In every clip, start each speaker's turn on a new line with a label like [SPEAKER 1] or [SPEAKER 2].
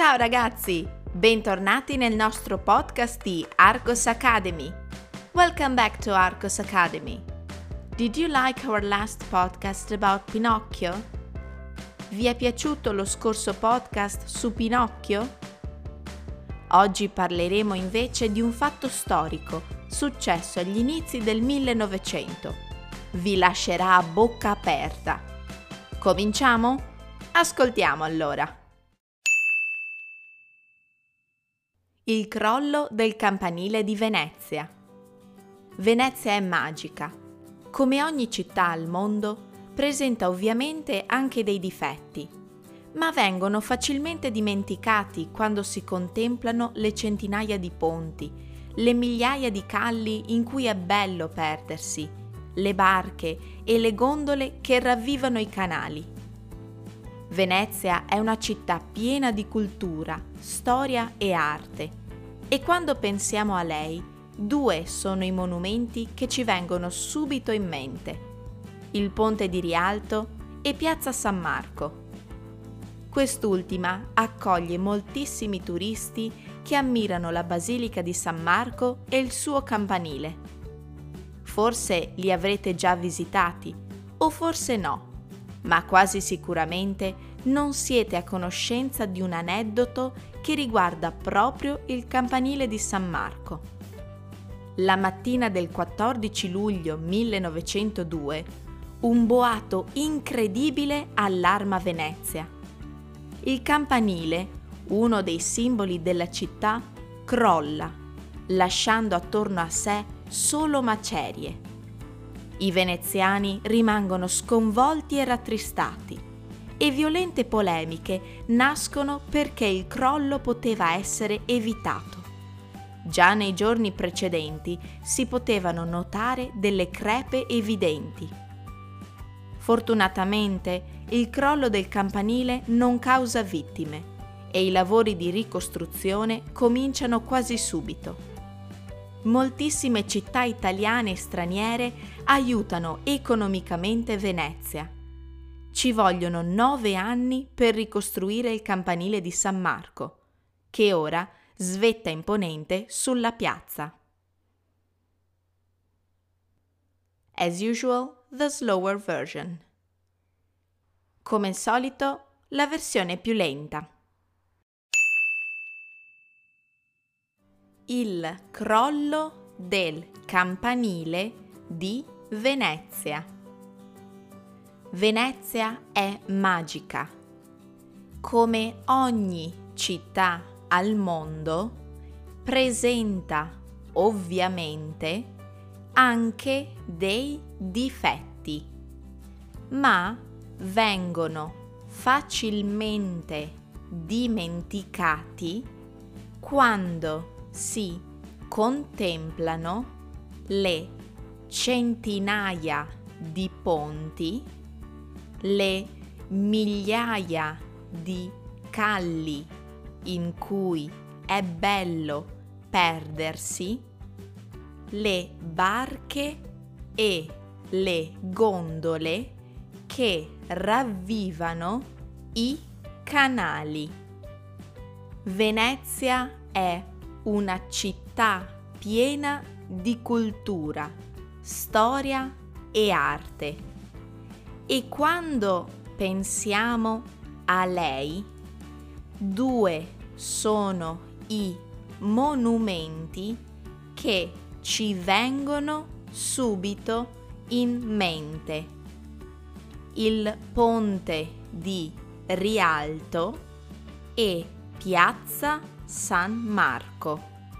[SPEAKER 1] Ciao ragazzi, bentornati nel nostro podcast di Arcos Academy. Welcome back to Arcos Academy. Did you like our last podcast about Pinocchio? Vi è piaciuto lo scorso podcast su Pinocchio? Oggi parleremo invece di un fatto storico successo agli inizi del 1900. Vi lascerà a bocca aperta. Cominciamo? Ascoltiamo allora. Il crollo del campanile di Venezia. Venezia è magica. Come ogni città al mondo, presenta ovviamente anche dei difetti, ma vengono facilmente dimenticati quando si contemplano le centinaia di ponti, le migliaia di calli in cui è bello perdersi, le barche e le gondole che ravvivano i canali. Venezia è una città piena di cultura, storia e arte, e quando pensiamo a lei, due sono i monumenti che ci vengono subito in mente: il Ponte di Rialto e Piazza San Marco. Quest'ultima accoglie moltissimi turisti che ammirano la Basilica di San Marco e il suo campanile. Forse li avrete già visitati, o forse no, ma quasi sicuramente non siete a conoscenza di un aneddoto che riguarda proprio il campanile di San Marco. La mattina del 14 luglio 1902, un boato incredibile allarma Venezia. Il campanile, uno dei simboli della città, crolla, lasciando attorno a sé solo macerie. I veneziani rimangono sconvolti e rattristati, e violente polemiche nascono perché il crollo poteva essere evitato. Già nei giorni precedenti si potevano notare delle crepe evidenti. Fortunatamente il crollo del campanile non causa vittime e i lavori di ricostruzione cominciano quasi subito. Moltissime città italiane e straniere aiutano economicamente Venezia. Ci vogliono 9 anni per ricostruire il campanile di San Marco, che ora svetta imponente sulla piazza. As usual, the slower version. Come al solito, la versione più lenta. Il crollo del campanile di Venezia. Venezia è magica. Come ogni città al mondo, presenta ovviamente anche dei difetti, ma vengono facilmente dimenticati quando si contemplano le centinaia di ponti, le migliaia di calli in cui è bello perdersi, le barche e le gondole che ravvivano i canali. Venezia è una città piena di cultura, storia e arte. E quando pensiamo a lei, due sono i monumenti che ci vengono subito in mente: il Ponte di Rialto e Piazza San Marco.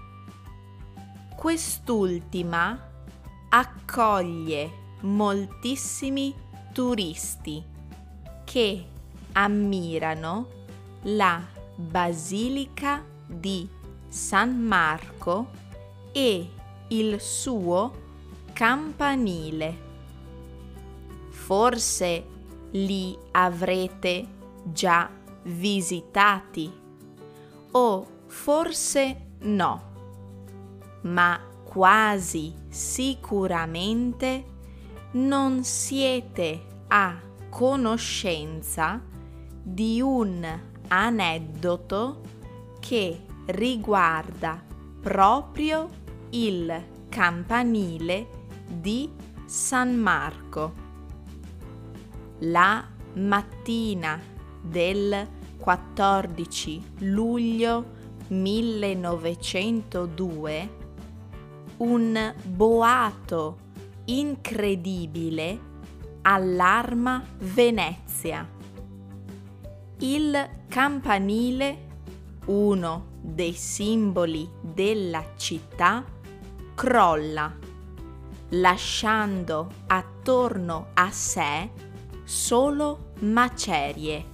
[SPEAKER 1] Quest'ultima accoglie moltissimi turisti che ammirano la Basilica di San Marco e il suo campanile. Forse li avrete già visitati, o forse no, ma quasi sicuramente non siete a conoscenza di un aneddoto che riguarda proprio il campanile di San Marco. La mattina del 14 luglio 1902 un boato incredibile allarma Venezia. Il campanile, uno dei simboli della città, crolla, lasciando attorno a sé solo macerie.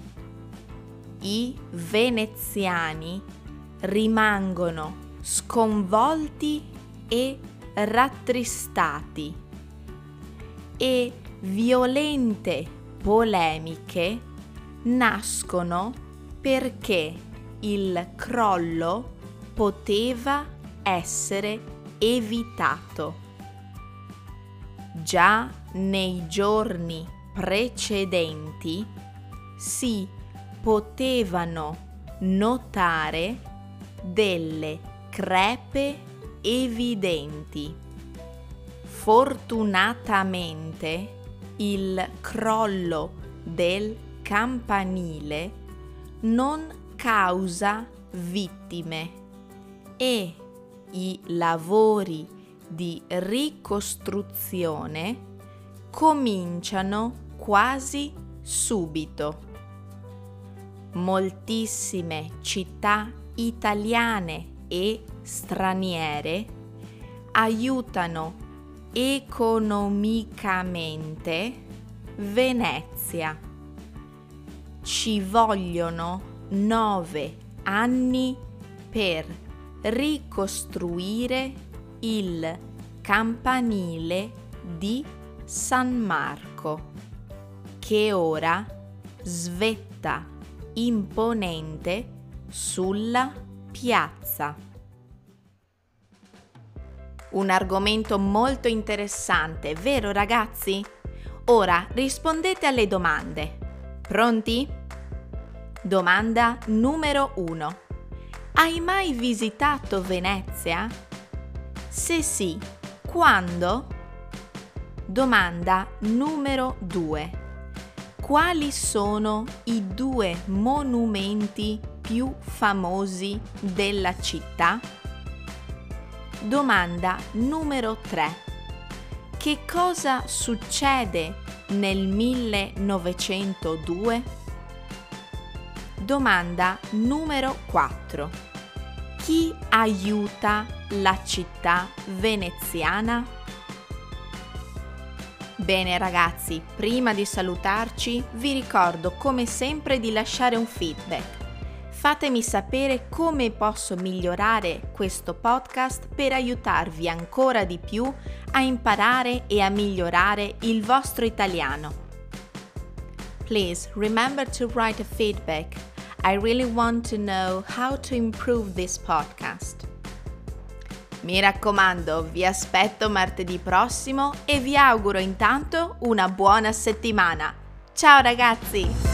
[SPEAKER 1] I veneziani rimangono sconvolti e rattristati e violente polemiche nascono perché il crollo poteva essere evitato. Già nei giorni precedenti si potevano notare delle crepe evidenti. Fortunatamente il crollo del campanile non causa vittime e i lavori di ricostruzione cominciano quasi subito. Moltissime città italiane e straniere aiutano economicamente Venezia. Ci vogliono 9 anni per ricostruire il campanile di San Marco, che ora svetta imponente sulla piazza. Un argomento molto interessante, vero ragazzi? Ora rispondete alle domande. Pronti? Domanda numero 1. Hai mai visitato Venezia? Se sì, quando? Domanda numero 2. Quali sono i 2 monumenti più famosi della città? Domanda numero 3. Che cosa succede nel 1902? Domanda numero 4. Chi aiuta la città veneziana? Bene ragazzi, prima di salutarci vi ricordo come sempre di lasciare un feedback. Fatemi sapere come posso migliorare questo podcast per aiutarvi ancora di più a imparare e a migliorare il vostro italiano. Please remember to write a feedback. I really want to know how to improve this podcast. Mi raccomando, vi aspetto martedì prossimo e vi auguro intanto una buona settimana. Ciao ragazzi!